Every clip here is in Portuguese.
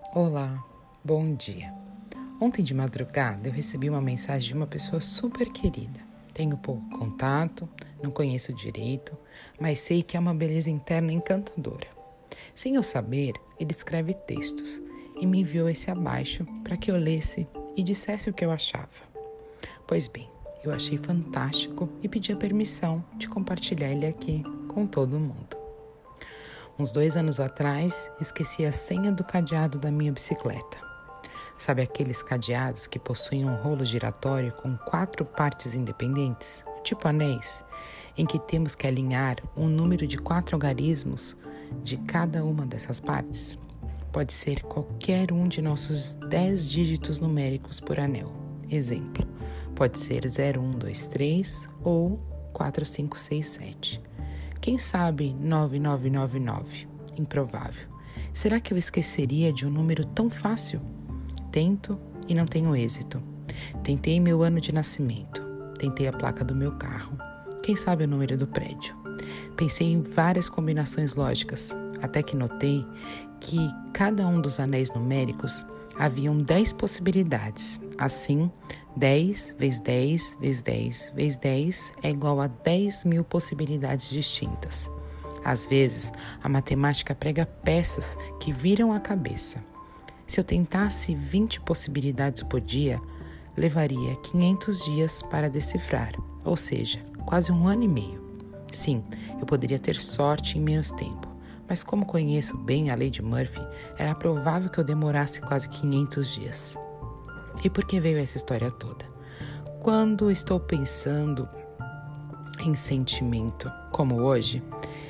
Olá, bom dia. Ontem de madrugada eu recebi uma mensagem de uma pessoa super querida. Tenho pouco contato, não conheço direito, mas sei que é uma beleza interna encantadora. Sem eu saber, ele escreve textos e me enviou esse abaixo para que eu lesse e dissesse o que eu achava. Pois bem, eu achei fantástico e pedi a permissão de compartilhar ele aqui com todo mundo. Uns 2 anos atrás, esqueci a senha do cadeado da minha bicicleta. Sabe aqueles cadeados que possuem um rolo giratório com 4 partes independentes, tipo anéis, em que temos que alinhar um número de 4 algarismos de cada uma dessas partes? Pode ser qualquer um de nossos 10 dígitos numéricos por anel. Exemplo, pode ser 0, 1, 2, 3 ou 4, 5, 6, 7. Quem sabe 9999? Improvável. Será que eu esqueceria de um número tão fácil? Tento e não tenho êxito. Tentei meu ano de nascimento. Tentei a placa do meu carro. Quem sabe o número do prédio? Pensei em várias combinações lógicas, até que notei que cada um dos anéis numéricos haviam 10 possibilidades. Assim, 10 vezes 10 vezes 10 vezes 10 é igual a 10.000 possibilidades distintas. Às vezes, a matemática prega peças que viram a cabeça. Se eu tentasse 20 possibilidades por dia, levaria 500 dias para decifrar, ou seja, quase 1 ano e meio. Sim, eu poderia ter sorte em menos tempo, mas como conheço bem a lei de Murphy, era provável que eu demorasse quase 500 dias. E por que veio essa história toda? Quando estou pensando em sentimento, como hoje,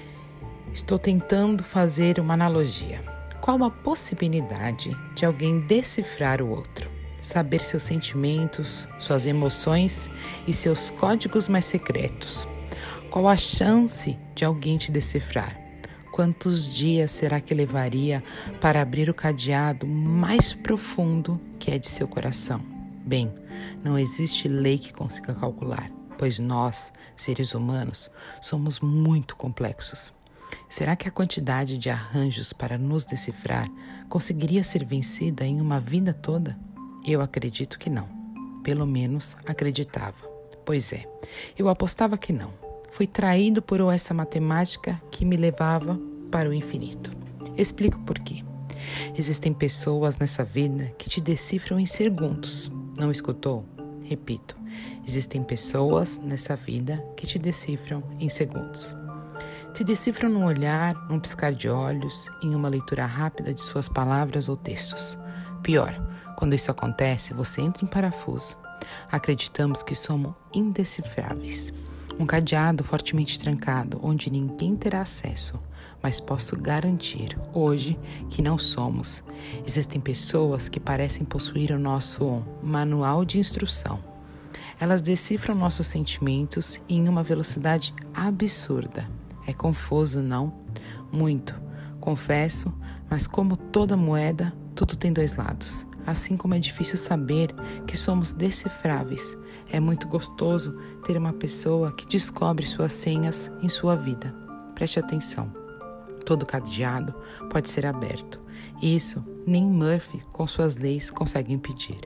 estou tentando fazer uma analogia. Qual a possibilidade de alguém decifrar o outro? Saber seus sentimentos, suas emoções e seus códigos mais secretos? Qual a chance de alguém te decifrar? Quantos dias será que levaria para abrir o cadeado mais profundo que é de seu coração? Bem, não existe lei que consiga calcular, pois nós, seres humanos, somos muito complexos. Será que a quantidade de arranjos para nos decifrar conseguiria ser vencida em uma vida toda? Eu acredito que não. Pelo menos acreditava. Pois é, eu apostava que não. Fui traído por essa matemática que me levava para o infinito. Explico por quê. Existem pessoas nessa vida que te decifram em segundos. Não escutou? Repito. Existem pessoas nessa vida que te decifram em segundos. Te decifram num olhar, num piscar de olhos, em uma leitura rápida de suas palavras ou textos. Pior, quando isso acontece, você entra em parafuso. Acreditamos que somos indecifráveis. Um cadeado fortemente trancado, onde ninguém terá acesso, mas posso garantir, hoje, que não somos. Existem pessoas que parecem possuir o nosso manual de instrução. Elas decifram nossos sentimentos em uma velocidade absurda. É confuso, não? Muito. Confesso, mas como toda moeda, tudo tem 2 lados. Assim como é difícil saber que somos decifráveis, é muito gostoso ter uma pessoa que descobre suas senhas em sua vida. Preste atenção. Todo cadeado pode ser aberto. Isso nem Murphy, com suas leis, consegue impedir.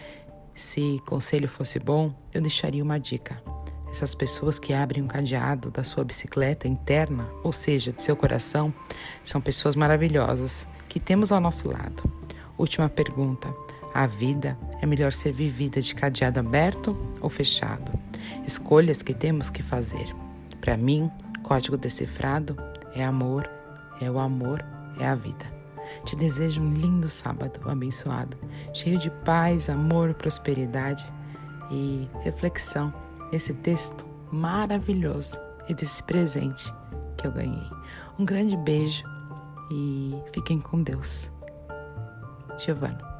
Se conselho fosse bom, eu deixaria uma dica. Essas pessoas que abrem um cadeado da sua bicicleta interna, ou seja, de seu coração, são pessoas maravilhosas que temos ao nosso lado. Última pergunta. A vida é melhor ser vivida de cadeado aberto ou fechado? Escolhas que temos que fazer. Para mim, código decifrado é amor, é o amor, é a vida. Te desejo um lindo sábado abençoado, cheio de paz, amor, prosperidade e reflexão nesse texto maravilhoso e desse presente que eu ganhei. Um grande beijo e fiquem com Deus. Giovana.